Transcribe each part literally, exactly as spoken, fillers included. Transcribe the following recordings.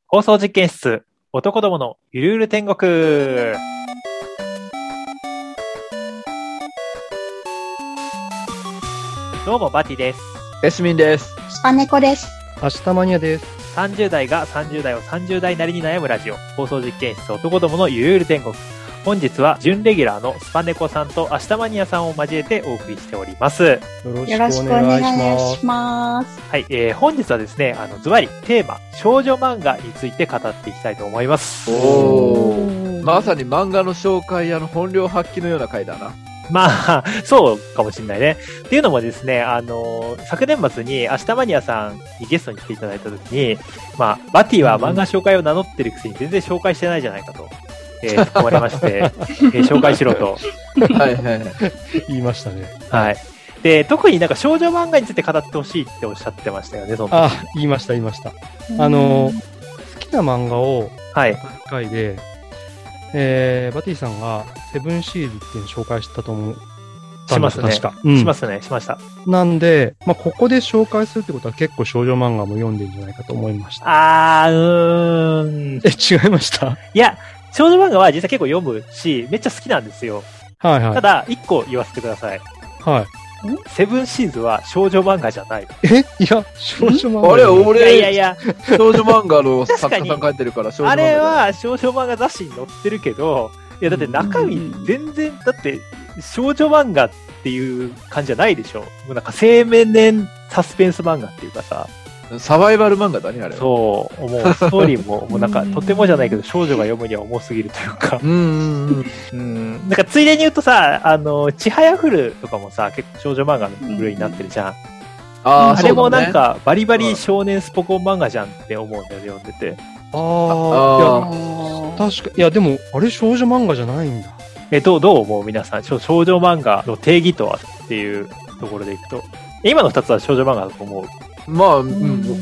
放送実験室、男どものゆるゆる天国。どうもバティです。 エスミンです。 スパネコです。 明日マニアです。 さんじゅう代がさんじゅう代をさんじゅう代なりに悩むラジオ、放送実験室、男どものゆるゆる天国。本日は準レギュラーのスパネコさんと明日マニアさんを交えてお送りしております。 よろしくお願いします。 はい、えー、本日はですね、あのズバリテーマ少女漫画について語っていきたいと思います。 おー、まさに漫画の紹介やの本領発揮のような回だな。 まあ、そうかもしれないね。っていうのもですね、あのー、昨年末に明日マニアさんにゲストに来ていただいたときに、まあ、バティは漫画紹介を名乗ってるくせに全然紹介してないじゃないかと。えー、思われまして、えー、紹介しろと。 はいはいはい。 言いましたね。 はい。で、特になんか少女漫画について語ってほしいっておっしゃってましたよね、その時。 あ、言いました言いました。あの、好きな漫画を、 はい。 回で、えー、バティさんがセブンシーズっていうのを紹介したと思う。 しますね。 確か。うん、 しますね、しました。 なんで、まあ、ここで紹介するってことは結構少女漫画も読んでるんじゃないかと思いました。 あー、うーん。 え、違いました？ いや、少女漫画は実際結構読むし、めっちゃ好きなんですよ。 はいはい。 ただ、一個言わせてください。 はい。 セブンシーズは少女漫画じゃない。 えいや、少女漫画。 あれ、俺、 いやいやいや、 少女漫画の作家さん書いてるから少女漫画。 あれは少女漫画雑誌に載ってるけど、いやだって中身全然、だって少女漫画っていう感じじゃないでしょ。もうなんか青年サスペンス漫画っていうかさ。 サバイバル漫画だね、あれは。 そう、もうストーリーも、もうなんかとてもじゃないけど少女が読むには重すぎるというか。 うんうんうん。なんかついでに言うとさ、あの、ちはやふるとかもさ、結構少女漫画の部類になってるじゃん。 ああ、 あれもなんかバリバリ少年スポコン漫画じゃんって思うんだよね、読んでて。 ああ、いや、確か、いや、でも、あれ少女漫画じゃないんだ。 え、どう、どう思う皆さん。少女漫画の定義とはっていうところでいくと。今の二つは少女漫画だと思う。 まあ、うん、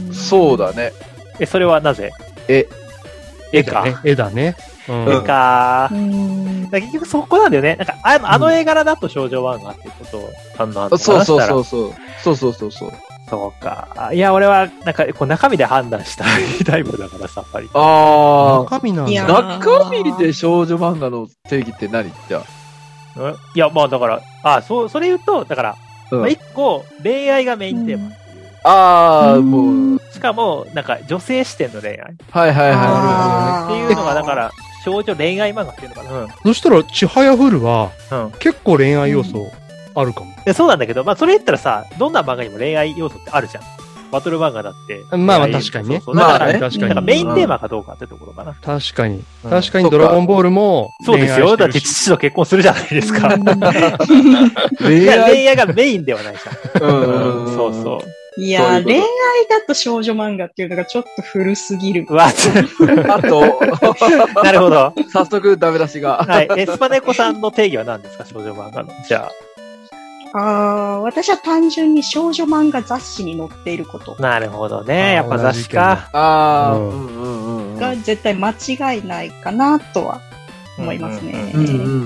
そうだね。 え、それはなぜ？ え、 絵か。 絵だね。 うん、絵か。だ結局そこなんだよね。なんか、あの、あの絵柄だと少女漫画っていうことを、あの、 そうそうそうそう。そうそうそうそう。 そうか。いや、俺は、なんか、こう中身で判断したいタイプだからさっぱり。 ああ。 中身なんだ。 中身で少女漫画の定義って何じゃあ。いや、まあだから、あ、そう、それ言うと、だから、うん、まあ、一個、恋愛がメインテーマっていう。 うん、ああ、もう。 しかも、なんか、女性視点の恋愛。 はいはいはい。 っていうのが、だから、少女恋愛漫画っていうのかな。うん、 そしたら、ちはやふるは、 うん、 結構恋愛要素あるかも。 でそうなんだけど、まあ、それ言ったらさ、どんな漫画にも恋愛要素ってあるじゃん。バトル漫画だって。 まあまあ確かにね。 そうそうだから、 まあね、 確かに。だからメインテーマかどうかってところかな。 確かに。確かにドラゴンボールも。 そうですよ。だって父と結婚するじゃないですか。恋愛恋愛がメインではないじゃん。うん。そうそう。 いやー、恋愛だと少女漫画っていうのがちょっと古すぎる。 わ、 あと、 なるほど。 早速ダメ出しが。 はい。え、スパネコさんの定義は何ですか、少女漫画の。じゃあ。 ああ、私は単純に少女漫画雑誌に載っていること。 なるほどね。やっぱ雑誌か。 ああ、 うんうんうん。 が絶対間違いないかなとは思いますね。 うんうんうんうん。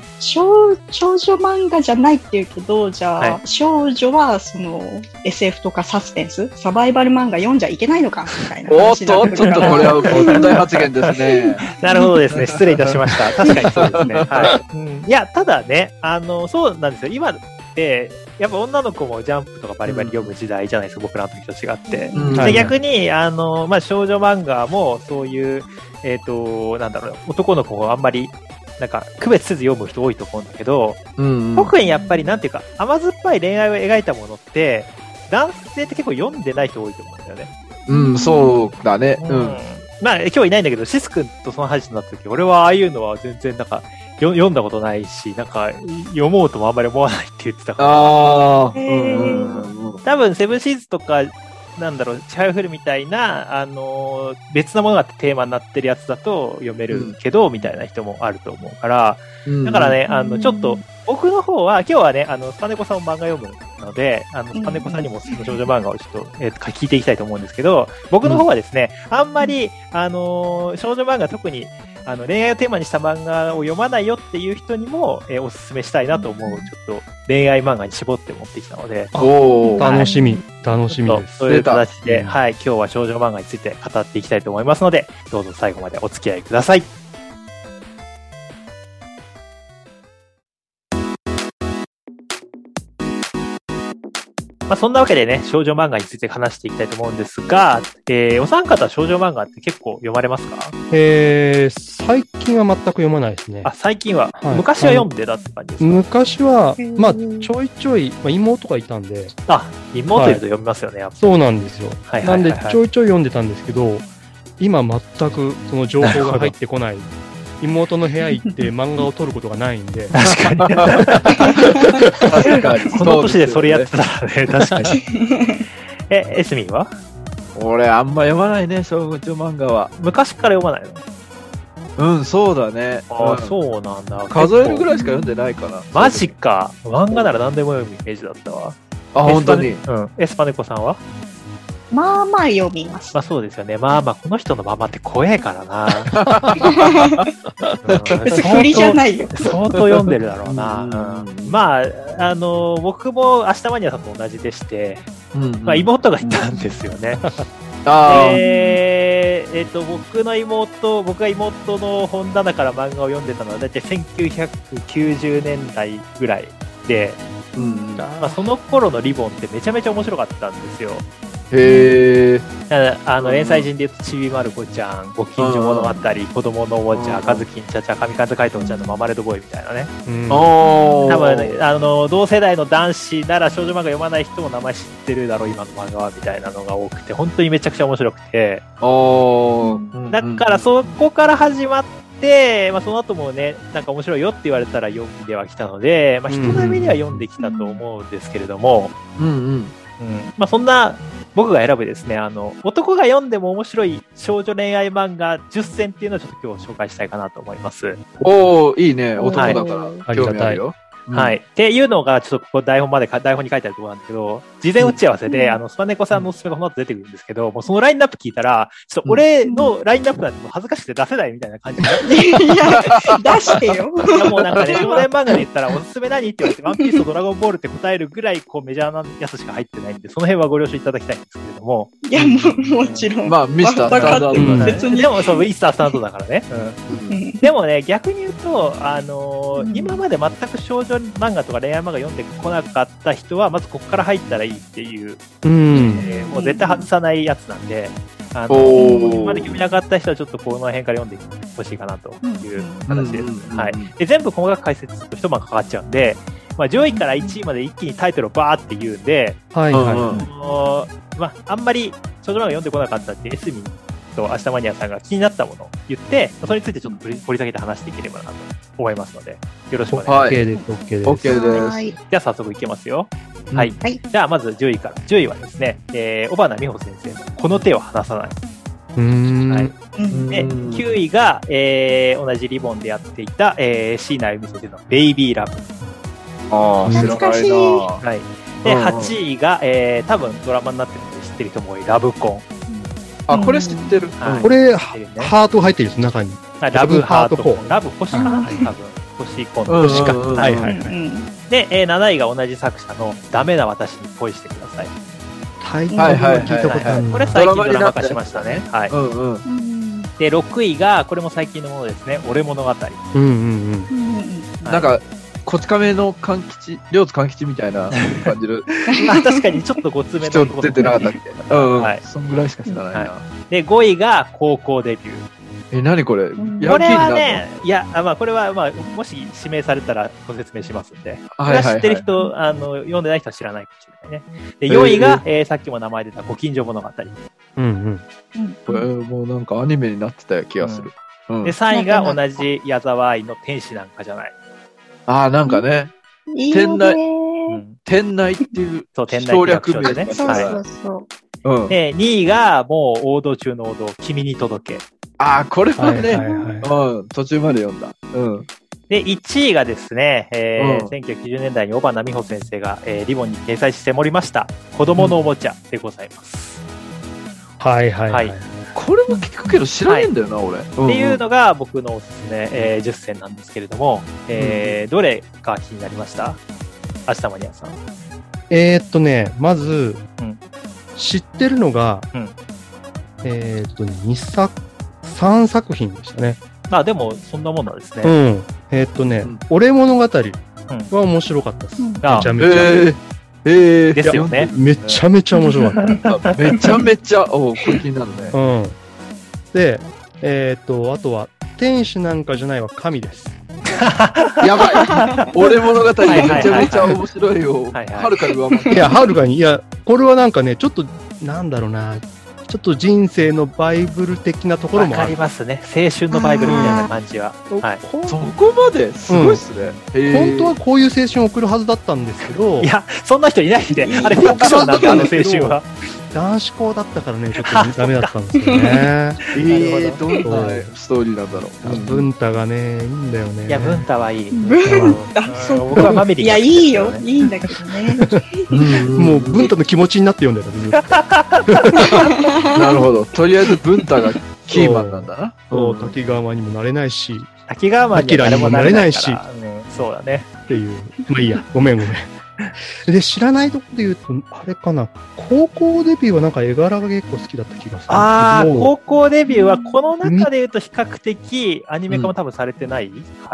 少女漫画じゃないっていうけど、じゃあ、はい、少女はその エスエフ とかサスペンス、サバイバル漫画読んじゃいけないのかみたいな話になってくるから。 おっと、ちょっとこれは問題発言ですね。 なるほどですね。失礼いたしました。確かにそうですね。はい。うん、いや、ただね、あの、そうなんですよ。今って、やっぱ女の子もジャンプとかバリバリ読む時代じゃないですか、うん、僕らの時と違って。うん、で逆に、あの、まあ、少女漫画もそういう、えっと、なんだろう、男の子もあんまり、なんか、区別せず読む人多いと思うんだけど、うんうん、特にやっぱりなんていうか、甘酸っぱい恋愛を描いたものって、男性って結構読んでない人多いと思うんだよね。 うん、そうだね。うん。うん、 まあ、今日いないんだけど、シス君とその話になった時、俺はああいうのは全然なんか、読んだことないし、なんか、読もうともあんまり思わないって言ってたから。 ああ。 多分、セブンシーズとか、なんだろう、チャイフルみたいな、あのー、別なものがテーマになってるやつだと読めるけど、うん、みたいな人もあると思うから、うん、だからね、あの、ちょっと、僕の方は、今日はね、あの、スパネコさんも漫画読むので、あの、スパネコさんにもその少女漫画をちょっと、えー、聞いていきたいと思うんですけど、僕の方はですね、うん、あんまり、あのー、少女漫画特に、 あの恋愛をテーマにした漫画を読まないよっていう人にも、えー、おすすめしたいなと思う、ちょっと恋愛漫画に絞って持ってきたので。 おー、楽しみ、楽しみです。 そういう形で、はい、今日は少女漫画について語っていきたいと思いますので、どうぞ最後までお付き合いください。まあ、そんなわけでね、少女漫画について話していきたいと思うんですが、えー、お三方少女漫画って結構読まれますか？ えー、最近は全く読まないですね。 あ、最近は、はい、昔は読んでたって感じですか？ 昔は、まあ、ちょいちょい、まあ、妹がいたんで。 あ、妹いると読みますよね、はい、やっぱり。 そうなんですよ。はいはいはいはい、なんで、ちょいちょい読んでたんですけど、今全くその情報が入ってこない。妹の部屋行って漫画を撮ることがないんで。 確かに。確かに。この年でそれやってたらね、確かに。え、エスミンは？ 俺あんま読まないね、少女漫画は。 昔から読まないの？うん、そうだね。 ああ、うん、そうなんだ。 数えるぐらいしか読んでないかな。 マジか。漫画なら何でも読むイメージだったわ。 あ、本当に。 うん。エスパネコさんは？ まあまあ読みます。 まあそうですよね。まあまあ、この人のままって怖えからな。 振りじゃないよ。 相当読んでるだろうな。うん、まあ、あの、僕も明日マニアさんと同じでして、うんうん、まあ妹がいたんですよね。あえー、えーと、僕の妹、僕が妹の本棚から漫画を読んでたのはだいたいせんきゅうひゃくきゅうじゅうねんだいぐらいで、うんまあ、その頃のリボンってめちゃめちゃ面白かったんですよ。 へー。 あの連載人で言うとちびまる子ちゃん、ご近所物語、子供のおもちゃ、かずきんちゃちゃ、上方海斗ちゃんのママレードボーイみたいなね。うん、多分、ね、あの同世代の男子なら少女漫画読まない人も名前知ってるだろう今の漫画はみたいなのが多くて、本当にめちゃくちゃ面白くて。だからそこから始まって、まあ、その後もね、なんか面白いよって言われたら読んではきたので、まあ、人並みには読んできたと思うんですけれども、うんうんうんまあ、そんな僕が選ぶですね、あの、男が読んでも面白い少女恋愛漫画じゅっせんっていうのをちょっと今日紹介したいかなと思います。 おー、いいね。男だから興味あるよ。 はい。っていうのが、ちょっとここ台本まで、台本に書いてあるところなんだけど、事前打ち合わせで、うん、あの、スパネコさんのおすすめがこの後出てくるんですけど、もうそのラインナップ聞いたら、ちょっと俺のラインナップなんてもう恥ずかしくて出せないみたいな感じになって。 いや、出してよ。 いや、もうなんかね、少年漫画で言ったら、おすすめ何って言われて、ワンピースとドラゴンボールって答えるぐらい、こう、メジャーなやつしか入ってないんで、その辺はご了承いただきたいんですけれども。 いや、も、もちろん。 まあ、ミスタースタンダード別に。でも、そう、ミスタースタンダードだからね。うん。でもね、逆に言うと、あのー、今まで全く少女漫画とか恋愛漫画読んでこなかった人は、まずここから入ったらいいっていう、うんえー、もう絶対外さないやつなんで、あの今まで読みなかった人はちょっとこの辺から読んでほしいかなという形です。はい。で、全部細かく解説すると一晩かかっちゃうんで、まあ、上位からいちいまで一気にタイトルをバーって言うんで、はいはい。あまあ、あんまり少女漫画読んでこなかったってエスミンと明日マニアさんが気になったものを言って、それについてちょっと掘り下げて話していければなと思いますので、よろしくお願いします。 OK です、OK です。 OK です。 じゃあ早速いきますよ。はい。はい、じゃあまずじゅういから。じゅういはですね、えー、小花美穂先生のこの手を離さない。うーん。はい。で、きゅういが、えー、同じリボンでやっていた、えー、椎名由美先生のベイビーラブ。 ああ、知らないな。 はい。で、はちいが、えー、多分ドラマになってるんで知ってる人も多いラブコン。 あ、これ知ってる。 はい、これ、ね、ハート入ってるんです、中に。 ラブハートフォー。ラブ星かな、多分。星コンの星か。はいはいはい。で、えー、なないが同じ作者のダメな私に恋してください。 タイトルは聞いたことある。 これ最近ドラマ化しましたね。はい。うんうん、で、ろくいが、これも最近のものですね。俺物語。うんうんうん。 なんか、こち亀の勘吉、両津勘吉みたいな感じる。 あ、確かにちょっとごつめの。 ちょっと出てなかったっけ。うん、はい。そんぐらいしか知らないな。はい、 で、ごいが高校デビュー。 え、何これ、うん、 これはね、いや、まあ、これは、まあ、もし指名されたらご説明しますんで。これは知ってる人、あの、読んでない人は知らないかもしれないね。で、よんいが、えー、さっきも名前出たご近所物語。うんうん。 これ、もうなんかアニメになってた気がする。 うんうん、で、さんいが同じ矢沢愛の天使なんかじゃない。 ああ、なんかね。店内、店内っていう省略名ね。そうそうそう。 うん、で、にいがもう王道中の王道、君に届け。 ああ、これはね、はいはいはい、うん、途中まで読んだ。うん。 で、いちいがですね、えーうん、せんきゅうひゃくきゅうじゅうねんだいに小花美穂先生が、えー、リボンに掲載しておりました、子供のおもちゃでございます。 うん、はいはいはい。 はい、ここれも聞くけど知らねえんだよな、はい、俺、 うんうん。っていうのが僕のおすすめ、えー、じゅっせんなんですけれども、えーうん、どれが気になりました？明日マニアさん。 えー、っとね、まず、うん、知ってるのが、うん、えー、っとにさく、さんさく品でしたね。 あ、でもそんなもんなんですね。 うん。えー、っとね、うん、俺物語は面白かったです。うん、めちゃめちゃ。えーえー、ですよね。 めちゃめちゃ面白かった。めちゃめちゃ、おこれ気になるね。 うん。で、えっ、ー、と、あとは、天使なんかじゃないは神です。 やばい。俺物語めちゃめちゃ面白いよ。はるかに上回って。 いや、はるかに、いや、これはなんかね、ちょっと、なんだろうな、ちょっと人生のバイブル的なところもある。 わかりますね。青春のバイブルみたいな感じは。はい、 そこまですごいっすね、 うん。本当はこういう青春を送るはずだったんですけど。 いや、そんな人いないんで、あれフィクションなんだ、あの青春は。 男子校だったからね、ちょっとダメだったんですよね。 えー、どんなストーリーなんだろう。 文太がね、いいんだよね。 いや、文太はいい。 文太、そう。僕はマメリー。いや、いいよ。いいんだけどね。 もう文太の気持ちになって読んでた。なるほど。とりあえず文太がキーマンなんだな。 そう、滝川にもなれないし、 滝川にもなれないし、 そうだね。 っていう。まあいいや、ごめんごめん。で、知らないところで言うと、あれかな、高校デビューはなんか絵柄が結構好きだった気がする。 ああ、高校デビューはこの中で言うと比較的アニメ化も多分されてないから、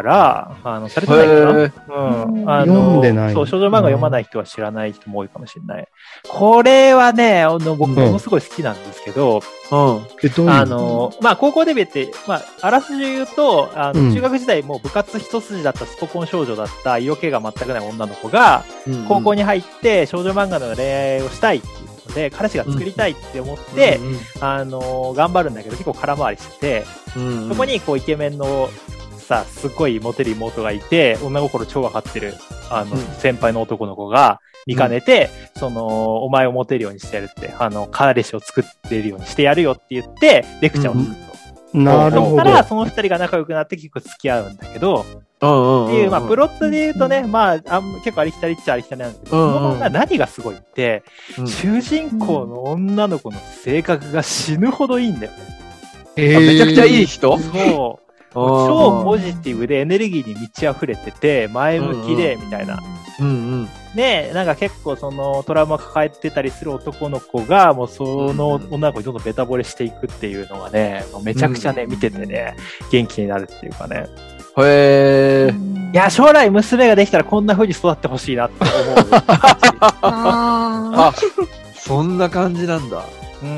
うん、あの、されてないかな、うん、あの読んでない。 そう、少女漫画読まない人は知らない人も多いかもしれない。これはね、あの僕ものすごい好きなんですけど、うん。え、どういうあの、まあ、高校デビューって、まあ、あらすじ言うと、あの、中学時代もう部活一筋だったスポコン少女だった色気が全くない女の子が、うんうん、高校に入って少女漫画の恋愛をしたいっていうことで、彼氏が作りたいって思って、うんうん、あの、頑張るんだけど結構空回りしてて、うんうん、そこにこうイケメンのさ、すっごいモテる妹がいて、女心超わかってる、あの、うん、先輩の男の子が、見かねて、うん、その、お前をモテるようにしてやるって、あの、彼氏を作ってるようにしてやるよって言って、レクチャーをすると。 うん、なるほど。 そしたら、その二人が仲良くなって結構付き合うんだけど、っていう、まあ、プロットで言うとね、まあ、あ結構ありきたりっちゃありきたりなんですけど、この漫画何がすごいって、うん、主人公の女の子の性格が死ぬほどいいんだよね。 えー、めちゃくちゃいい人？ そう。超ポジティブでエネルギーに満ち溢れてて、前向きで、みたいな。うんうん。ね、なんか結構そのトラウマ抱えてたりする男の子が、もうその女の子にどんどんベタ惚れしていくっていうのがね、めちゃくちゃね、見ててね、元気になるっていうかね。 へー。 いや、将来娘ができたらこんな風に育ってほしいなって思う。 あ、そんな感じなんだ。 うん。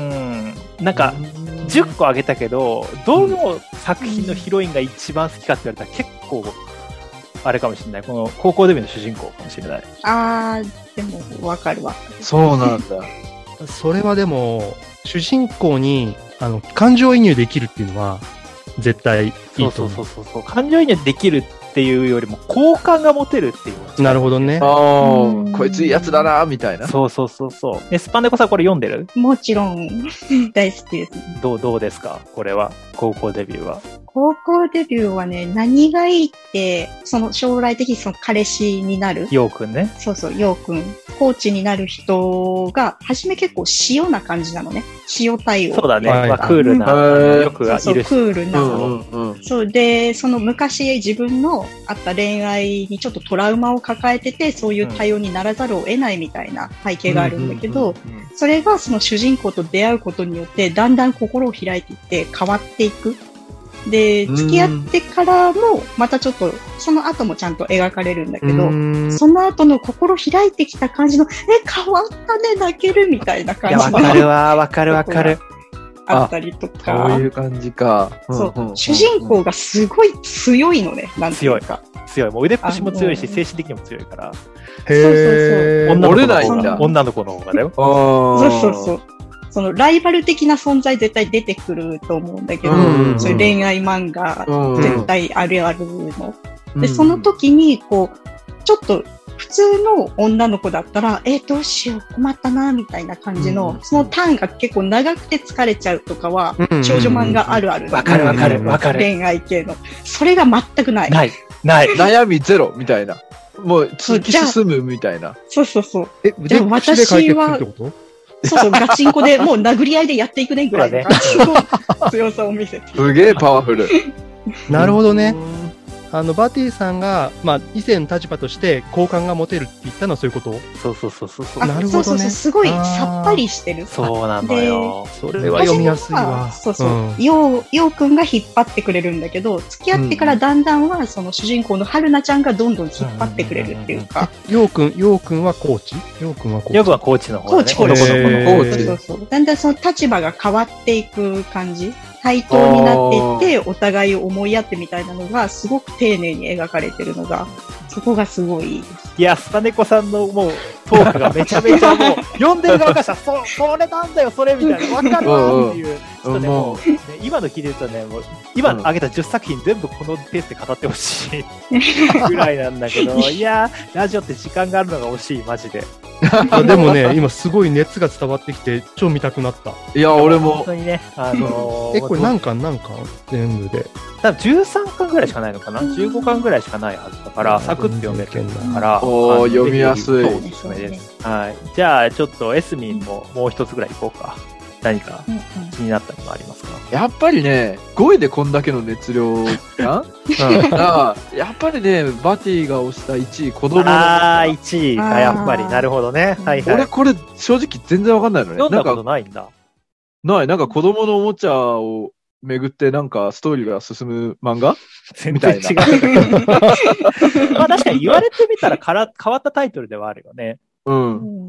なんか、じゅっこあげたけど、どの作品のヒロインが一番好きかって言われたら結構、あれかもしれない。この高校デビューの主人公かもしれない。 あー、でもわかるわ。 そうなんだ。 それはでも、主人公に、あの、感情移入できるっていうのは、絶対いいと思う。 そうそうそうそう。感情移入できるっていうよりも、好感が持てるっていう。 なるほどね。 ああ、こいついいやつだな、みたいな。 そうそうそうそう。え、スパンデコさんこれ読んでる？ もちろん、大好きです。 どう、どうですかこれは、高校デビューは。 高校デビューはね、何がいいって、その将来的にその彼氏になる。 ようくんね。 そうそう、ようくん。コーチになる人が、初め結構塩な感じなのね。塩対応。 そうだね。まあ、クールな、よくがいるし。 そうそう、クールな。うんうんうん、そうで、その昔自分のあった恋愛にちょっとトラウマを抱えてて、そういう対応にならざるを得ないみたいな背景があるんだけど、それがその主人公と出会うことによって、だんだん心を開いていって変わっていく。で、付き合ってからも、またちょっと、その後もちゃんと描かれるんだけど、その後の心開いてきた感じの、え、変わったね、泣けるみたいな感じの。 いや、わかるわ、わかるわかる。 あったりとか。 そういう感じか。 そう。うんうんうん、主人公がすごい強いのね、なんていうか。 強い。もう腕っぷしも強いし、精神的にも強いから。 へー。 そうそうそう。折れないんだ。女の子の方がだよ。 そうそうそう。そのライバル的な存在絶対出てくると思うんだけど、うんうん、そういう恋愛漫画絶対あるあるの。うん、で、その時に、こう、ちょっと普通の女の子だったら、えー、どうしよう、困ったな、みたいな感じの、うん、そのターンが結構長くて疲れちゃうとかは、うん、少女漫画あるある。 わかるわかるわかる。 恋愛系の。それが全くない。 ない。ない。 悩みゼロみたいな。もう、突き進むみたいな。 そうそうそう。 え、じゃあ私は、 そうそう、ガチンコで、もう殴り合いでやっていくねぐらいのガチンコ強さを見せて。 すげえパワフル。 なるほどね。あの、バティさんが、まあ、以前の立場として好感が持てるって言ったのはそういうこと？ そうそうそうそう。 なるほどね。そうそうそう、すごいさっぱりしてる。 そうなのよ。 それは読みやすいわ。 そうそう。よう、ようくんが引っ張ってくれるんだけど、付き合ってからだんだんは、その主人公の春菜ちゃんがどんどん引っ張ってくれるっていうか。 ようくん、ようくんはコーチ？ようくんはコーチ。 ようくんはコーチの方だね。 コーチ、コーチ。そうそうそう。だんだんその立場が変わっていく感じ。対等になっていって、お互いを思いやってみたいなのが、すごく丁寧に描かれてるのが、そこがすごいいいです。 いや、スパネコさんのもう、トークがめちゃめちゃもう、読んでる側からしたら、そ、それなんだよ、それみたいな、わかるわっていう人でも、ね、今の聞いてるとね、もう、今挙げたじゅっさく品全部このペースで語ってほしいぐらいなんだけど、いやー、ラジオって時間があるのが惜しい、マジで。 でもね、今すごい熱が伝わってきて、超見たくなった。 いや、俺も。 本当にね、あのー、 え、これ何巻何巻全部で。 多分じゅうさんかんぐらいしかないのかな ?じゅうごかんぐらいしかないはずだから、サクッと読めるんだから。 おー、読みやすい。 おすすめです。はい。じゃあ、ちょっとエスミンももう一つぐらい行こうか。何か気になったのがありますか？ やっぱりね、ごいでこんだけの熱量じゃん、うん、やっぱりね、バティが推したいちい、子供の。 ああ、いちいがやっぱり、なるほどね。はいはい。 俺これ正直全然わかんないのね。 読んだことないんだ。 ない、なんか子供のおもちゃを巡ってなんかストーリーが進む漫画みたいな。 全然違う。まあ確かに言われてみたらから変わったタイトルではあるよね。 うん。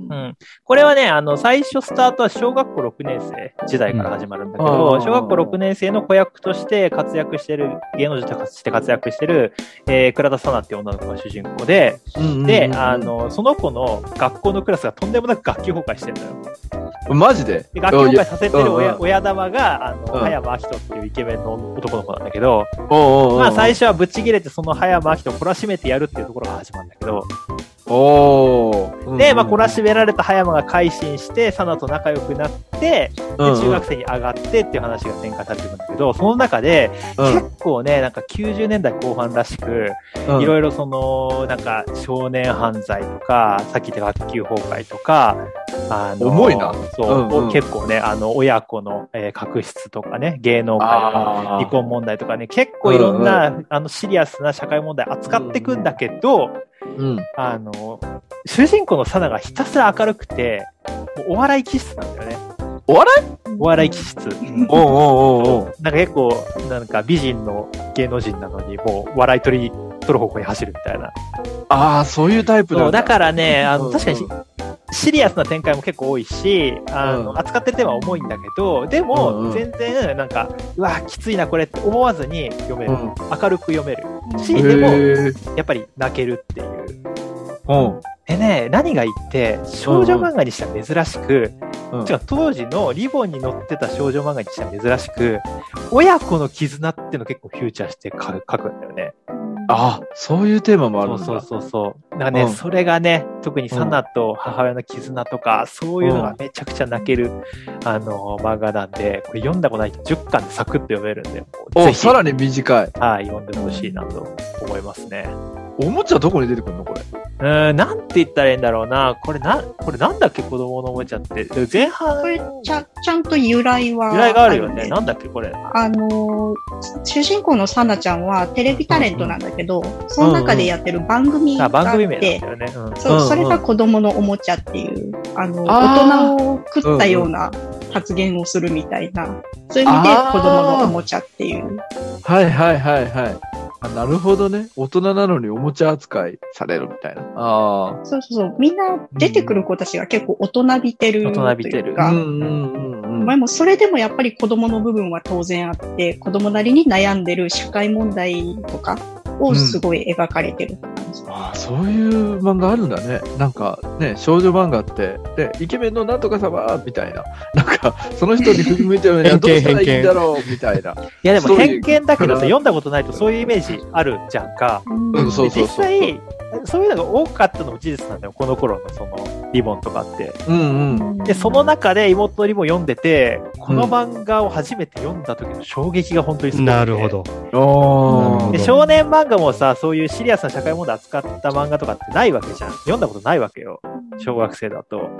うん。これはね、あの、最初スタートは小学校ろくねん生時代から始まるんだけど、うん、小学校ろくねん生の子役として活躍してる、芸能人として活躍してる、えー、倉田沙奈っていう女の子が主人公で、うんうんうんうん、で、あの、その子の学校のクラスがとんでもなく楽器崩壊してるのよ。 マジで？ で楽器崩壊させてる親、親玉が、あの、うん、葉山明人っていうイケメンの男の子なんだけど、 おうおうおう、 まあ最初はぶち切れてその葉山明人を懲らしめてやるっていうところが始まるんだけど、 おー。 で、まあ、懲らしめられた葉山が改心して、サナと仲良くなって、で、中学生に上がってっていう話が展開されてるんだけど、その中で、結構ね、なんかきゅうじゅうねんだいこう半らしく、いろいろその、なんか少年犯罪とか、さっき言った学級崩壊とか、あの、 重いな。 そう、うんうん、結構ね、あの、親子の、えー、確執とかね、芸能界の離婚問題とかね、結構いろんな、うんうん、あの、シリアスな社会問題扱っていくんだけど、 うん、 あの、主人公のサナがひたすら明るくて、お笑い気質なんだよね。 お笑い？ お笑い気質。 おうおうおうおう。 なんか結構、なんか美人の芸能人なのに、もう笑い取り、取る方向に走るみたいな。 ああ、そういうタイプなんだ。 そう、だからね、あの、確かに、シリアスな展開も結構多いし、あの、うん、扱ってるテーマは重いんだけど、でも、全然、なんか、うわ、きついな、これって思わずに読める。うん、明るく読めるし、でも、やっぱり泣けるっていう。 うん。 でね、何がいいって、少女漫画にしては珍しく、うん、違う、当時のリボンに載ってた少女漫画にしては珍しく、親子の絆っていうのを結構フューチャーして書くんだよね。 ああ、そういうテーマもあるんだ。 そうそうそうそう。だからね、うん、それがね、特にサナと母親の絆とか、うん、そういうのがめちゃくちゃ泣ける、あの、漫画なんで、これ読んだことない人じゅっかんでサクッと読めるんで、 お、さらに短い。 はい、読んでほしいなと思いますね。 おもちゃどこに出てくるのこれ。 うーん、なんて言ったらいいんだろうな。これな、これなんだっけ子供のおもちゃって。前半。 これちゃ、ちゃんと由来は、 ね。由来があるよね。なんだっけこれ。 あのー、主人公のサナちゃんはテレビタレントなんだけど、うんうん、その中でやってる番組があって、うんうん、あ、番組名なんだよね。うん、そう、それが子供のおもちゃっていう、あの、大人を食ったような発言をするみたいな、そういう意味で子供のおもちゃっていう。 はいはいはいはい。あ、なるほどね。大人なのにおもちゃ扱いされるみたいな。ああ。そうそうそう。みんな出てくる子たちが結構大人びてるというか。大人びてる。うんうんうんうん。まあ、もそれでもやっぱり子供の部分は当然あって、子供なりに悩んでる社会問題とかをすごい描かれてる感じ。 うん、ああ、そういう漫画あるんだね。なんかね、少女漫画って、で、イケメンのなんとか様みたいな。なんか、その人に振り向いてるのにどうしたらいいんだろうみたいな。いやでも偏見だけどさ、読んだことないとそういうイメージあるじゃんか。 うん、そうそうそう。 実際、そういうのが多かったのも事実なんだよ。この頃のそのリボンとかって。 うんうん。 で、その中で妹のリボン読んでて、この漫画を初めて読んだ時の衝撃が本当にすごい、ね。 なるほど。 おで、少年漫画もさ、そういうシリアスな社会問題扱った漫画とかってないわけじゃん。読んだことないわけよ。小学生だと。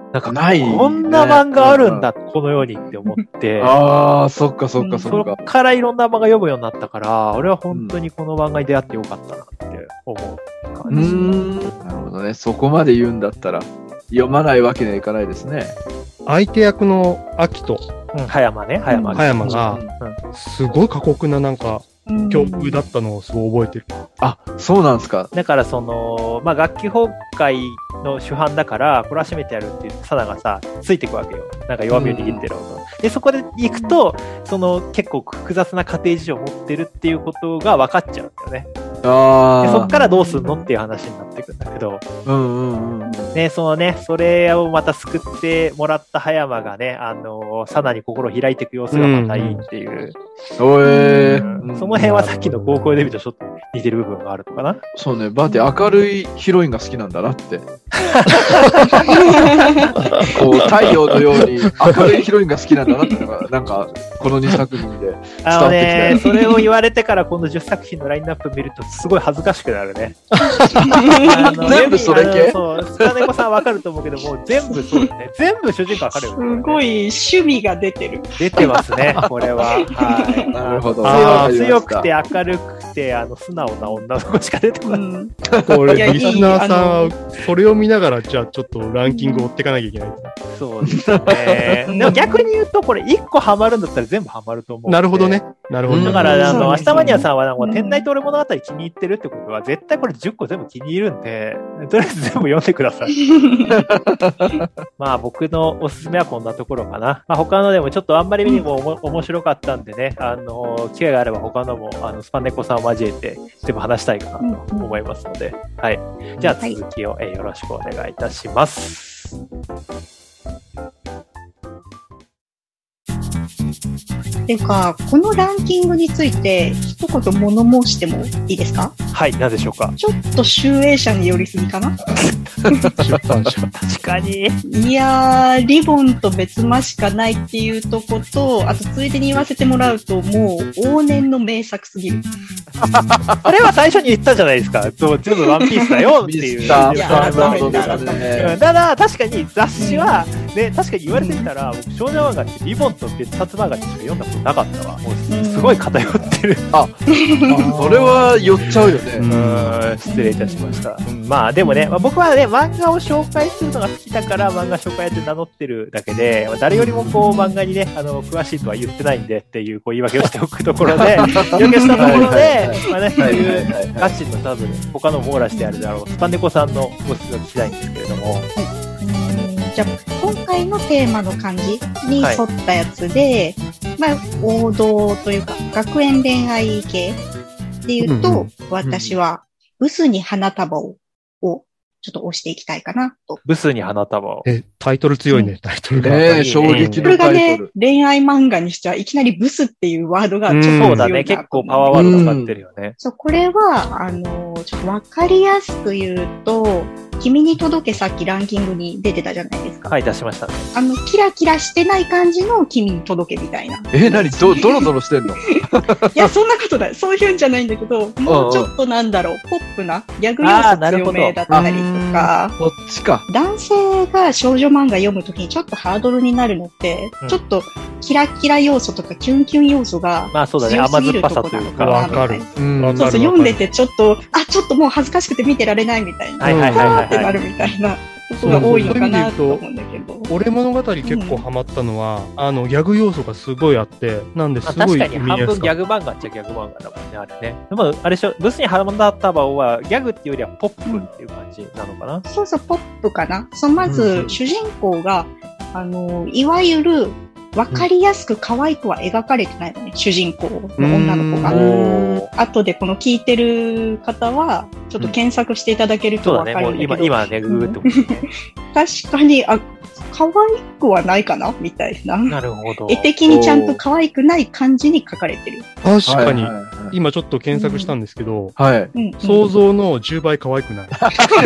なんか、ない、ね。こんな漫画あるんだ、うん、この世にって思って。 ああ、そっかそっかそっか。 そっからいろんな漫画読むようになったから、俺は本当にこの漫画に出会ってよかったなって思う感じ。うーん。なるほどね。そこまで言うんだったら、読まないわけにはいかないですね。 相手役の秋人。 うん、葉山ね、葉山。 葉山が、すごい過酷ななんか、境遇だったのをすごい覚えてる。 あ、そうなんですか。 だからその、まあ、楽器崩壊の主犯だから、これは閉めてやるって言って、サナがさ、ついていくわけよ。なんか弱みを握ってると。で、そこで行くと、その結構複雑な家庭事情を持ってるっていうことが分かっちゃうんだよね。あでそっからどうすんのっていう話になってくるんだけど、うんうんうん、ね、そのね、それをまた救ってもらった葉山がね、あの、サナに心を開いていく様子がまたいいっていう。うんうんうん、その辺はさっきの高校デビューとちょっと似てる部分があるのかな。 そうね、バーティ明るいヒロインが好きなんだなって。こう太陽のように明るいヒロインが好きなんだなってのが、なんか、このにさく品で伝わってきた。あのね、 それを言われてからこのじゅっさく品のラインナップ見るとすごい恥ずかしくなるね。あの全部それ系そう、スカネコさんわかると思うけど、もう全部そうね。全部主人公わかるよね。 すごい趣味が出てる。 出てますね、これは。はい。 なるほど。 強くて明るくて、あの、素直な女の子しか出てます。うん、 これ、リスナーさんは、それを見ながら、じゃあちょっとランキングを追っていかなきゃいけない。 そうですね。でも逆に言うと、これいっこハマるんだったら全部ハマると思う。 なるほどね。なるほど。 だから、あの、明日マニアさんは、なんか、天内通り物語気に入ってるってことは、絶対これじゅっこ全部気に入るんで、とりあえず全部読んでください。まあ、僕のおすすめはこんなところかな。まあ、他のでもちょっとあんまり見にもおも面白かったんでね、あの、機会があれば他のも、あの、スパネコさんを交えて全部話したいかなと思いますので、はい。じゃあ続きを、えー、よろしくお願いいたします。 っていうか、このランキングについて一言物申してもいいですか？ はい、なぜでしょうか？ ちょっと集英社に寄りすぎかな？ 出版社。確かに。 いやー、リボンと別間しかないっていうとこと、あとついでに言わせてもらうと、もう往年の名作すぎる。 あれは最初に言ったじゃないですか。全部ワンピースだよっていう。いや、そうですね。ただ、確かに雑誌は、ね、確かに言われてみたら、僕少女漫画ってリボンと別冊漫画にしか読んだことなかったわ。もうすごい偏ってる。 あ、それは寄っちゃうよね。 うん、失礼いたしました。うん、まあでもね、まあ、僕はね、漫画を紹介するのが好きだから漫画紹介って名乗ってるだけで、まあ、誰よりもこう漫画にね、あの、詳しいとは言ってないんでっていうこう言い訳をしておくところで、余計したところで、まあね、そういうガチの多分、他の網羅してあるだろう、スパネコさんのご質問を聞きたいんですけれども。はい、 じゃあ、今回のテーマの感じに沿ったやつで、はい、まあ、王道というか、学園恋愛系っていうと、うんうん、私は、ブスに花束を、をちょっと押していきたいかなと。 ブスに花束を。 え、タイトル強いね、うん、タイトルが。 ねえ、衝撃のタイトル。これがね、 恋愛漫画にしてはいきなりブスっていうワードがちょっと強いな。 そうだね、結構パワーワード使ってるよね。 そう、これは、あの、ちょっとわかりやすく言うと、君に届けさっきランキングに出てたじゃないですか。 はい、出しましたね。 あの、キラキラしてない感じの君に届けみたいな。 え、なにど、ドロドロしてんの？いや、そんなことない。そういうんじゃないんだけど、もうちょっとなんだろう、ポップな、ギャグ要素強めだったりとか。 こっちか。 男性が少女漫画読むときにちょっとハードルになるのって、うん、ちょっとキラキラ要素とかキュンキュン要素がまあそうだね、甘酸っぱさというか。 わかる。 うん、そうそう、読んでてちょっと、あ、ちょっともう恥ずかしくて見てられないみたいな。 はいはいはいはい、はい。 ってなるみたいな。ことが多いのかなと思うんだけど。 俺物語結構ハマったのは、うん、あの、ギャグ要素がすごいあって、なんですごい、まあ、 確かに半分ギャグ漫画っちゃギャグ漫画だもんね、あれね。でも、あれでしょ、ブスに花束はギャグっていうよりはポップっていう感じなのかな、うん、 そうそう、ポップかな。そう、まず、うん、主人公が、あの、いわゆる、わかりやすく可愛くは描かれてないのね、うん、主人公の女の子が。後でこの聞いてる方は、ちょっと検索していただけるとわかるんだけど。 うん、今、今ね、グーって思って、ね。 確かに、あ、可愛くはないかなみたいな。 なるほど。 絵的にちゃんと可愛くない感じに描かれてる。 確かに。 今ちょっと検索したんですけど、 はい。 想像のじゅうばい可愛くない。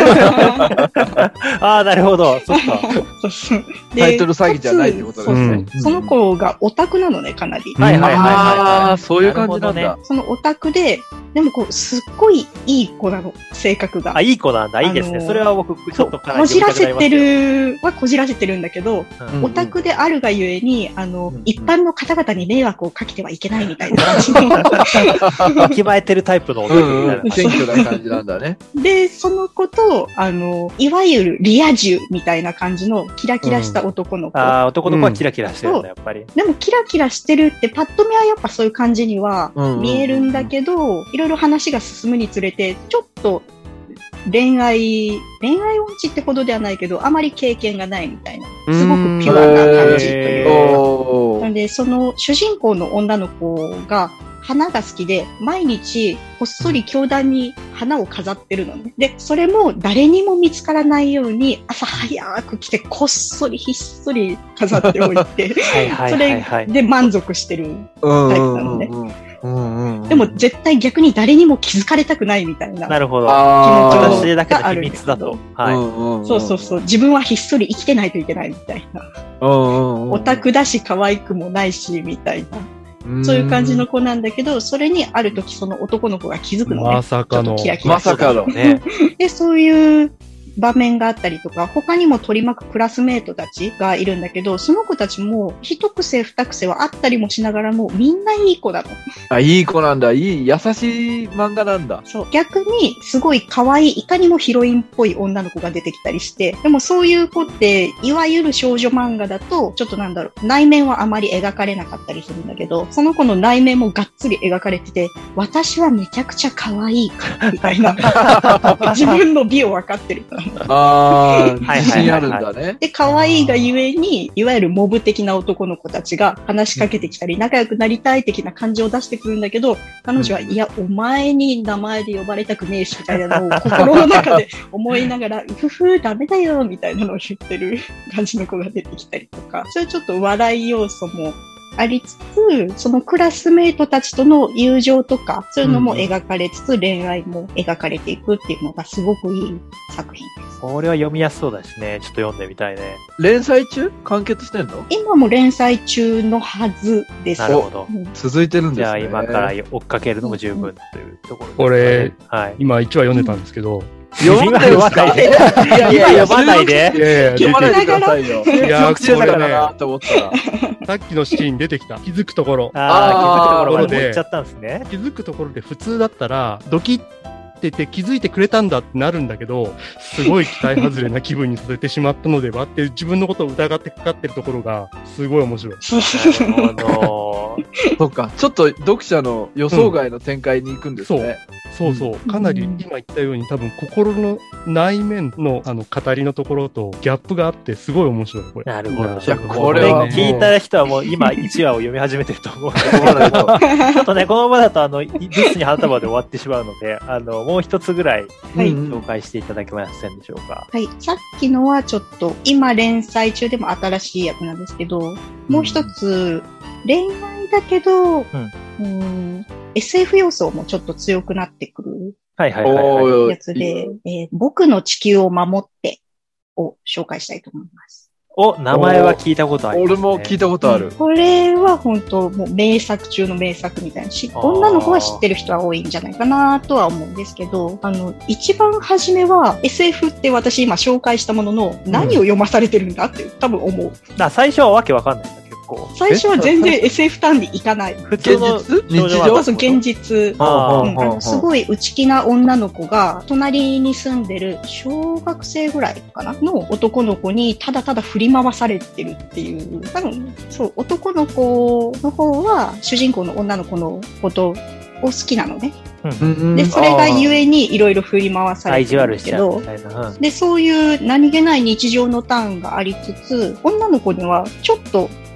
ああ、なるほど。そっか。 タイトル詐欺じゃないってことですね。 その子がオタクなのね、かなり。 はいはいはい。ああ、そういう感じなんだ。 そのオタクで、でもこう、すっごいいい子なの、性格が。 あ、いい子なんだ。いいですね。それは僕、ちょっとかなりこじらせてる、はこじらせてるんだけど、オタクであるがゆえに、あの、一般の方々に迷惑をかけてはいけないみたいな感じの。 わきまえてるタイプのオタクみたいな。 謙虚な感じなんだね。 で、その子と、あの、いわゆるリア充みたいな感じのキラキラした男の子。 ああ、男の子はキラキラしてるんだ、やっぱり。 でもキラキラしてるってパッと見はやっぱそういう感じには見えるんだけど、いろいろ話が進むにつれて、ちょっと恋愛、恋愛音痴ってほどではないけど、あまり経験がないみたいな。すごくピュアな感じというか。なので、その主人公の女の子が花が好きで、毎日こっそり教壇に花を飾ってるのね。で、それも誰にも見つからないように、朝早く来てこっそりひっそり飾っておいて、それで満足してるタイプなのね。でも絶対逆に誰にも気づかれたくないみたいな。 なるほど。 気持ちがある。秘密だと。 はい。そうそうそう。自分はひっそり生きてないといけないみたいな。オタクだし可愛くもないし、みたいな。そういう感じの子なんだけど、それにある時その男の子が気づくのね。 まさかの。 キラキラまさかのね。 で、そういう場面があったりとか、他にも取り巻くクラスメートたちがいるんだけど、その子たちも一癖二癖はあったりもしながらも、みんないい子だと。 あ、いい子なんだ。いい、優しい漫画なんだ。 そう。逆に、すごい可愛い、いかにもヒロインっぽい女の子が出てきたりして、でもそういう子って、いわゆる少女漫画だと、ちょっとなんだろう、内面はあまり描かれなかったりするんだけど、その子の内面もがっつり描かれてて、私はめちゃくちゃ可愛い子みたいな。自分の美を分かってるから。 ああ、自信あるんだね。 で、可愛いがゆえに、いわゆるモブ的な男の子たちが話しかけてきたり、仲良くなりたい的な感情を出してくるんだけど、彼女は、いや、お前に名前で呼ばれたくねえし、みたいなのを心の中で思いながら、うふふ、ダメだよ、みたいなのを言ってる感じの子が出てきたりとか、そういうちょっと笑い要素もありつつ、そのクラスメイトたちとの友情とか、そういうのも描かれつつ、うん、恋愛も描かれていくっていうのがすごくいい作品です。 これは読みやすそうだしね、ちょっと読んでみたいね。 連載中？完結してんの？ 今も連載中のはずです。 なるほど。 うん、続いてるんですね。 じゃあ今から追っかけるのも十分というところですね。 これ、はい、今いちわ読んでたんですけど、 読んでるんですか？ いやいや、読まないで。 いやいや、 読まないでくださいよ。 いや、これね、 と思ったらさっきのシーン出てきた。気づくところ。 ああ、気づくところまで持っちゃったんですね。 気づくところで普通だったら、ドキッってて気づいてくれたんだってなるんだけど、すごい期待外れな気分にさせてしまったのではって自分のことを疑ってかかってるところがすごい面白い。 なるほど。 そっか、ちょっと読者の予想外の展開に行くんですね。 うん、そうそうそう。かなり今言ったように多分心の内面のあの語りのところとギャップがあってすごい面白い。これ。 なるほど。 いや、これは聞いた人はもう今いちわを読み始めてると思う。ちょっとね、このままだとあの、ブスに花束で終わってしまうので、あの、もう一つぐらい紹介していただけませんでしょうか。 はい。さっきのはちょっと今連載中でも新しい役なんですけど、もう一つ恋愛だけど、うんうん、エスエフ 要素もちょっと強くなってくるはいはいはい、 やつで、えー、僕の地球を守ってを紹介したいと思います。 お、名前は聞いたことあります、ね。 俺も聞いたことある。 これは本当もう名作中の名作みたいなし、女の子は知ってる人は多いんじゃないかなとは思うんですけど、あの、一番初めは エスエフ って私今紹介したものの何を読まされてるんだって多分思う。 うん、最初はわけわかんないんだ。 最初は全然 エスエフ 単にいかない。 普通の日常そう現実。あのすごい内気な女の子が隣に住んでる小学生ぐらいかなの男の子にただただ振り回されてるっていう。多分そう男の子の方は主人公の女の子のことを好きなのね。うん、で、それがゆえにいろいろ振り回されてるんですけど、うん、で、そういう何気ない日常のターンがありつつ、女の子にはちょっと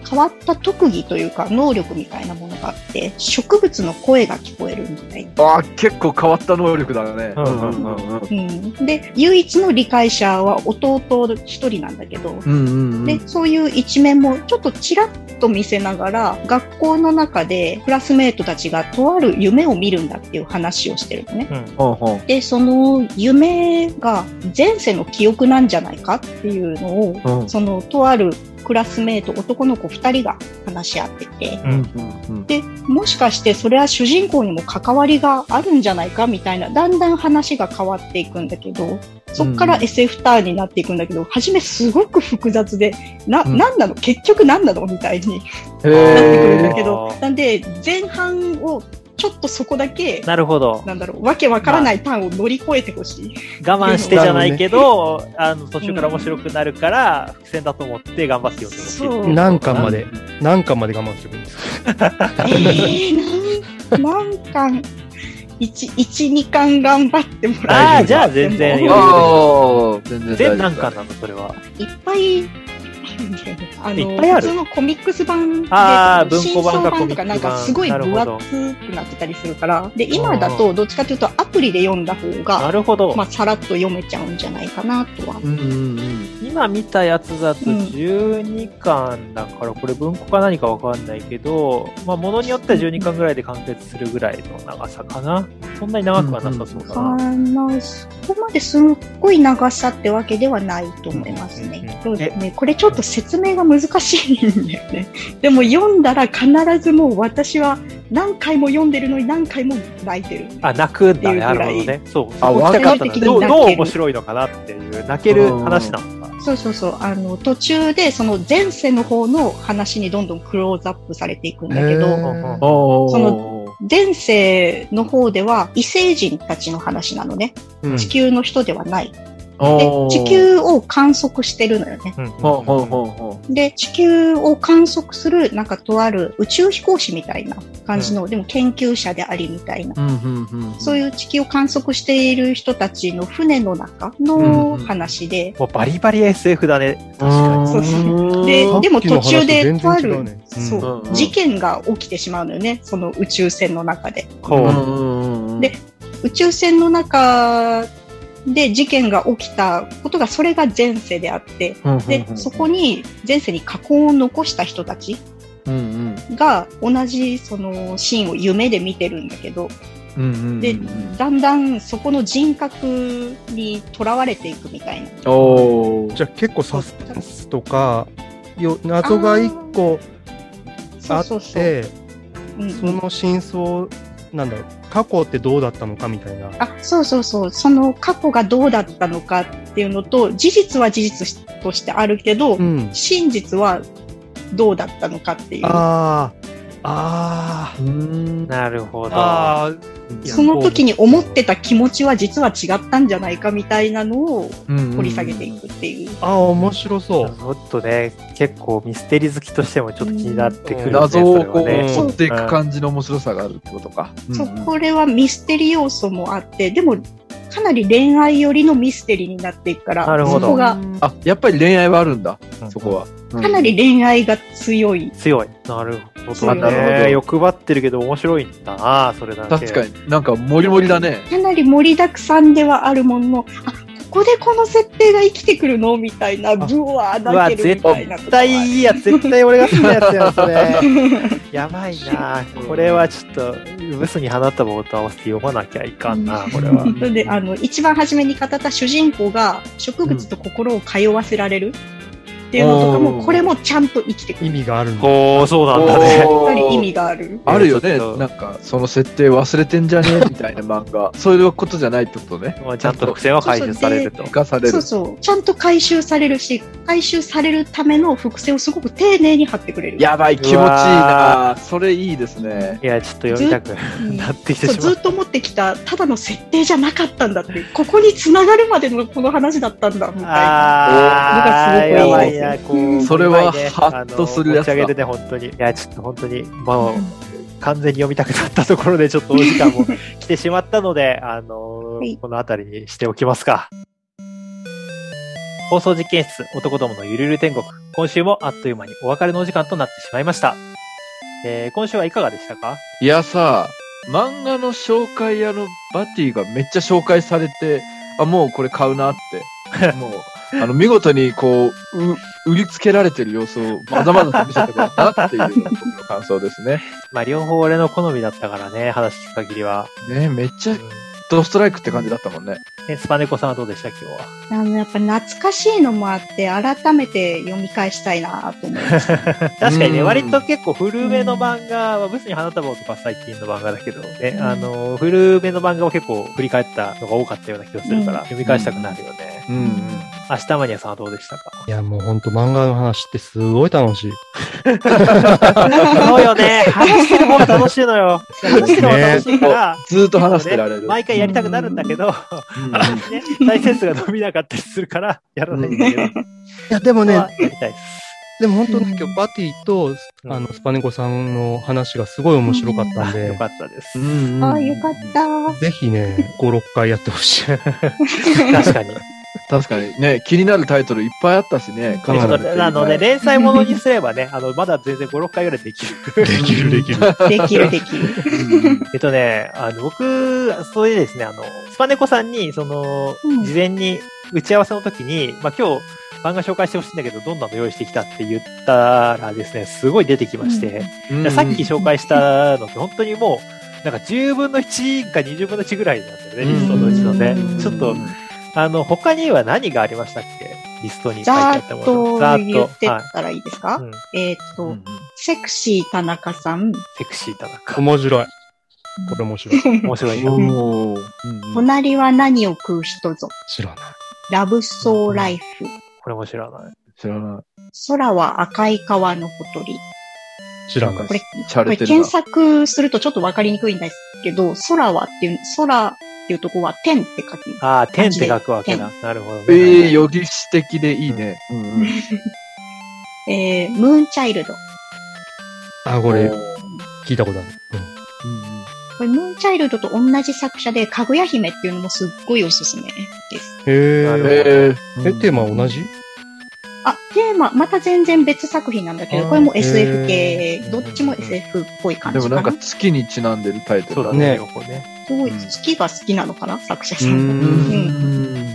変わった特技というか能力みたいなものがあって、植物の声が聞こえるみたいな。 ああ、結構変わった能力だね。 うんうんうんうん、で、唯一の理解者は弟一人なんだけど、うんうんうん、で、そういう一面もちょっとちらっと見せながら、学校の中でクラスメートたちがとある夢を見るんだっていう話をしてるのね。うん、で、その夢が前世の記憶なんじゃないかっていうのを、うん、そのとあるクラスメート男の子ふたりが話し合ってて、うんうんうん、で、もしかしてそれは主人公にも関わりがあるんじゃないかみたいな、だんだん話が変わっていくんだけど、そっから エスエフ ターンになっていくんだけど、初めすごく複雑で、な、うん、なんなの結局なんなのみたいになってくるんだけど、なんで前半をちょっとそこだけ、 なるほど。 なんだろう、わけわからないターンを乗り越えてほしい。 我慢してじゃないけど、ね、あの、途中から面白くなるから、伏線だと思って頑張って読んでほしい。そう。 何巻まで、何巻まで我慢すればいいんですか？ えー、何巻一、一、二巻頑張ってもらえる。 ああ、じゃあ全然読める。全然。全何巻なのそれは。 いっぱい、あのいっぱいある普通のコミックス版で、 あ文庫版かコミック版とかなんかすごい分厚くなってたりするから、で、今だとどっちかというとアプリで読んだ方が、 なるほど。 まあ、さらっと読めちゃうんじゃないかなとは。うんうんうん、今見たやつだとじゅうにかんだから、これ文庫か何かわかんないけど、まあ、ものによってはじゅうにかんぐらいで完結するぐらいの長さかな。そんなに長くはなさそうだな。 うんうん、そこまですっごい長さってわけではないと思いますね。うんうん、そうですね。これちょっと説明が難しいんだよね。でも読んだら必ずもう私は何回も読んでるのに何回も泣いてる。 あ、泣くんだね。なるほどね。そう。あ、分かった。どう、どう面白いのかなっていう、泣ける話なのか。 そうそうそう。あの、途中でその前世の方の話にどんどんクローズアップされていくんだけど、その前世の方では異星人たちの話なのね。うん、地球の人ではない。で、地球を観測してるのよね。うん、で、地球を観測する、なんかとある宇宙飛行士みたいな感じの、うん、でも研究者でありみたいな、うんうんうんうん。そういう地球を観測している人たちの船の中の話で。 うん、もうバリバリ エスエフ だね。確かに。 そうそう。で、でも途中でとある、ね、そう、うん、事件が起きてしまうのよね。その宇宙船の中で。うん、で、宇宙船の中、で、事件が起きたことが、それが前世であって、うんうんうん、で、そこに前世に過去を残した人たちが同じそのシーンを夢で見てるんだけど、うんうんうん、で、だんだんそこの人格にとらわれていくみたいな。 おじゃあ結構サスペンスとか、よ謎が一個あって、そうそうそう、うんうん、その真相、なんだろう、過去ってどうだったのかみたいな。 あ、そうそうそう。その過去がどうだったのかっていうのと、事実は事実としてあるけど、うん、真実はどうだったのかっていう。 ああ、ああ、なるほど。あその時に思ってた気持ちは実は違ったんじゃないかみたいなのを掘り下げていくっていう。うんうん、 ああ、面白そう。 ちょっとね、結構ミステリー好きとしてもちょっと気になってくる、ね、 謎をこう、掘っていく感じの面白さがあるってことか。 そう、これはミステリー要素もあって、でも、かなり恋愛寄りのミステリーになっていくから、 なるほど、 そこが。 あ、やっぱり恋愛はあるんだ、うん、そこは。 かなり恋愛が強い。 強い。なるほどね。欲張ってるけど面白いんだな、それだけ。 確かに。なんか盛り盛りだね。 かなり盛りだくさんではあるものの、あ、ここでこの設定が生きてくるのみたいな、ブワー泣けるみたいな。 絶対いいやつ、絶対俺が好きなやつやん、それ。やばいな。これはちょっと、ブスに花束をと合わせて読まなきゃいかんな、これは。 それで、あの、一番初めに語った主人公が植物と心を通わせられる。っていうのとかも、これもちゃんと生きてくる。 意味があるんだ。おー、そうなんだね。 やっぱり意味がある。 あるよね。なんか、その設定忘れてんじゃねえみたいな漫画。そういうことじゃないってことね。 ちゃんと伏線は回収されると。 生かされる。 そうそう。ちゃんと回収されるし、回収されるための伏線をすごく丁寧に貼ってくれる。 やばい、気持ちいいな。それいいですね。 いや、ちょっと読みたくなってきてしまう。 ずっと思ってきた、ただの設定じゃなかったんだって。ここに繋がるまでのこの話だったんだ、みたいな。 あー、やばいな、こう。 それはハッとするやつだ。 持ち上げるね、本当に。いや、ちょっと本当に、もう、完全に読みたくなったところで、ちょっとお時間も来てしまったので、あのーはい、このあたりにしておきますか。 放送実験室男どものゆるゆる天国。今週もあっという間にお別れのお時間となってしまいました。えー、今週はいかがでしたか？ いやさ、漫画の紹介屋のバティがめっちゃ紹介されて、あ、もうこれ買うなって。もう、あの、見事にこう、う、売りつけられてる様子をまざまざと見せてくれたなっていう僕の感想ですね。 まあ、両方俺の好みだったからね、話聞く限りは。 ね、めっちゃ、うん、ドストライクって感じだったもんね。 え、スパネコさんはどうでした今日は？ あの、やっぱ懐かしいのもあって、改めて読み返したいなと思いました。 確かにね、割と結構古めの漫画は、ブスに花束とか最近の漫画だけど、ね、あの、古めの漫画を結構振り返ったのが多かったような気がするから、うん、読み返したくなるよね。うんうん。明日マニアさんはどうでしたか？ いや、もうほんと漫画の話ってすごい楽しい。 そうよね。話してる方が楽しいのよ。話してる方が楽しいから、 ね、ずーっと話してられる、ね。 毎回やりたくなるんだけど、うんね、再生数が伸びなかったりするから、やらないんだけど。いや、でもね、 やりたいです。でも本当に今日バティと、うん、あの、スパネコさんの話がすごい面白かったんで。 うん、よかったです。 うん、ああ、よかった。 ぜひね、ご、ろっかいやってほしい。 確かに。 確かにね、気になるタイトルいっぱいあったしね。 あのね、連載ものにすればね、あの、まだ全然ご、ろっかいぐらいできる。 できる、できる。 できる、できる。 えっとね、あの、僕、そういうですね、あの、スパネコさんに、その、うん、事前に打ち合わせの時に、まあ、今日、漫画紹介してほしいんだけど、どんなの用意してきたって言ったらですね、すごい出てきまして、うん、さっき紹介したのって本当にもう、なんかじゅうぶんのいちかにじゅうぶんのいちぐらいなんだよね、リストのうちのね。ちょっと、あの、他には何がありましたっけ？リストに書いてあったもの。 ざーっと言ってったらいいですか？はい、えっ、ー、と、うんうん、セクシー田中さん。 セクシー田中。 面白い。これ面白い。 面白いよ。 うんうん、隣は何を食う人ぞ。 知らない。 ラブソーライフ。 これも知らない。 知らない。 空は赤い川のほとり。 知らない。 これ、これ検索するとちょっとわかりにくいんですけど、空はっていう、空っていうとこは天って書きます。 ああ、天って書くわけだ。なるほど、ね。 ええー、予期詩的でいいね。うんうん、 えー、ムーンチャイルド。 あ、これ、聞いたことある。 うんうん、これ、ムーンチャイルドと同じ作者で、かぐや姫っていうのもすっごいおすすめです。 へー。えー、テーマは同じ？ あ、テーマ、また全然別作品なんだけど、これも エスエフ 系、どっちも エスエフ っぽい感じかな。 でもなんか月にちなんでるタイトルだね。そうだね。 すごい、月が好きなのかな、作者さん。うん。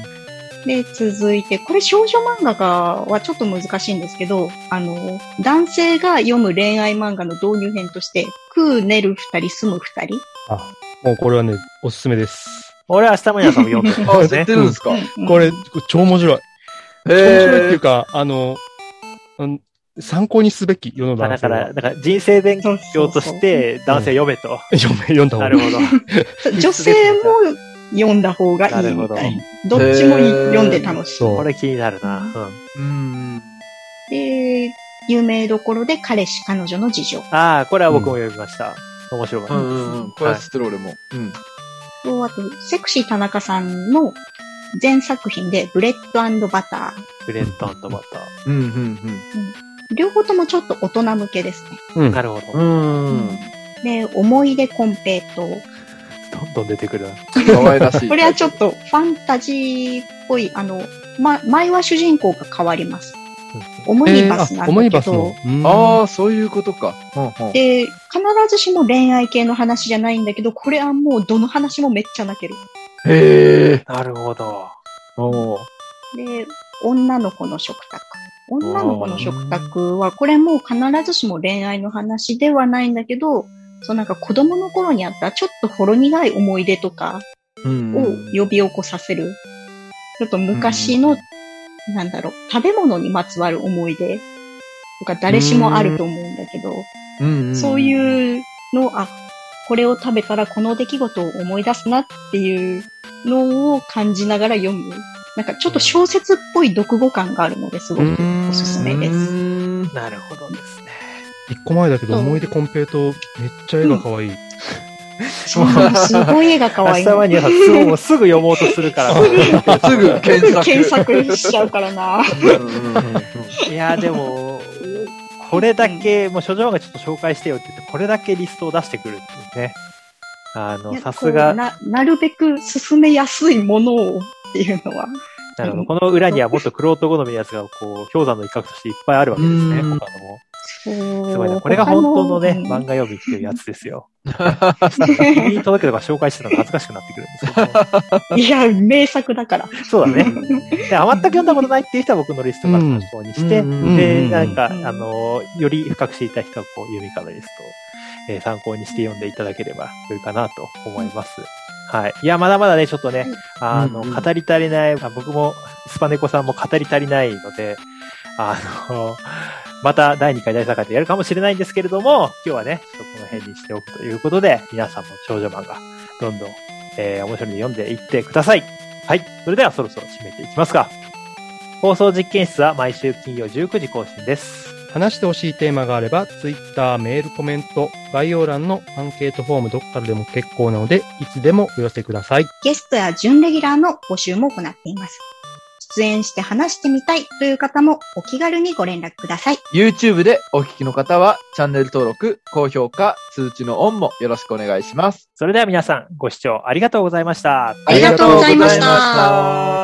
で、続いて、これ少女漫画がはちょっと難しいんですけど、あの、男性が読む恋愛漫画の導入編として、食う、寝る二人、住む二人。 あ、もうこれはね、おすすめです。 俺は明日もやさんも読む。 あ、知ってるんですか？ うん、これ、超面白い。超面白いっていうか、あの、参考にすべき世の中。 だから、だから人生勉強として男性読めと。 うん、読め、読んだ方がいい。 なるほど。 女性も読んだ方がいいみたいな。どっちも読んで楽しい。 これ気になるな。 うん。で、有名どころで彼氏彼女の事情。 ああ、これは僕も読みました。うん、面白かったです。 うんうん。これは知ってる俺も。うん。 と、あと、セクシー田中さんの前作品で、ブレッド&バター。 ブレッド&バター。 うん、うん、うん。 両方ともちょっと大人向けですね。 うん。なるほど。 うん。 で、思い出コンペイト。 どんどん出てくるな。 可愛らしい。 これはちょっとファンタジーっぽい、あの、ま、前は主人公が変わります。オムニバスなんだけど。 えー、あ, あー、そういうことか。 で、必ずしも恋愛系の話じゃないんだけど、これはもうどの話もめっちゃ泣ける。 へえ。なるほど。 おで、女の子の食卓。女の子の食卓は、これも必ずしも恋愛の話ではないんだけど、そうなんか子供の頃にあったちょっとほろ苦い思い出とかを呼び起こさせる。ちょっと昔の、なんだろう、食べ物にまつわる思い出とか誰しもあると思うんだけど、そういうの、あ、これを食べたらこの出来事を思い出すなっていうのを感じながら読む。なんかちょっと小説っぽい読後感があるのですごくおすすめです。 なるほどですね。 一個前だけど思い出コンペイトめっちゃ絵が可愛い。うん、 そうすごい絵が可愛い。 明日はにはもうすぐ読もうとするから。 すぐ検索。 検索しちゃうからな。 いやでもこれだけ、もう少女漫画ちょっと紹介してよって言って、これだけリストを出してくるっていうね。あの、さすが。 な、なるべく進めやすいものをっていうのは。 なるほど。この裏にはもっと玄人好みのやつが、こう、氷山の一角としていっぱいあるわけですね、他のも。すごいな。これが本当のね、漫画読みっていうやつですよ。君に届けとか紹介してたのが恥ずかしくなってくるんですけど。 いや、名作だから。 そうだね。で、あ、全く読んだことないっていう人は僕のリストから参考にして、で、なんか、あの、より深く知りたい人は、こう、読み方リストを、えー、参考にして読んでいただければ良いかなと思います。はい。いや、まだまだね、ちょっとね、あの、語り足りない、僕も、スパネコさんも語り足りないので、あの、まただいにかい、だいさんかいとやるかもしれないんですけれども、今日はね、ちょっとこの辺にしておくということで、皆さんも少女漫画、どんどん、えー、面白いので読んでいってください。はい。それではそろそろ締めていきますか。放送実験室は毎週金曜じゅうくじ更新です。 話してほしいテーマがあれば、ツイッター、メール、コメント、概要欄のアンケートフォームどこからでも結構なので、いつでもお寄せください。 ゲストや準レギュラーの募集も行っています。出演して話してみたいという方もお気軽にご連絡ください。 YouTube でお聞きの方はチャンネル登録、高評価、通知のオンもよろしくお願いします。 それでは皆さんご視聴ありがとうございました。 ありがとうございました。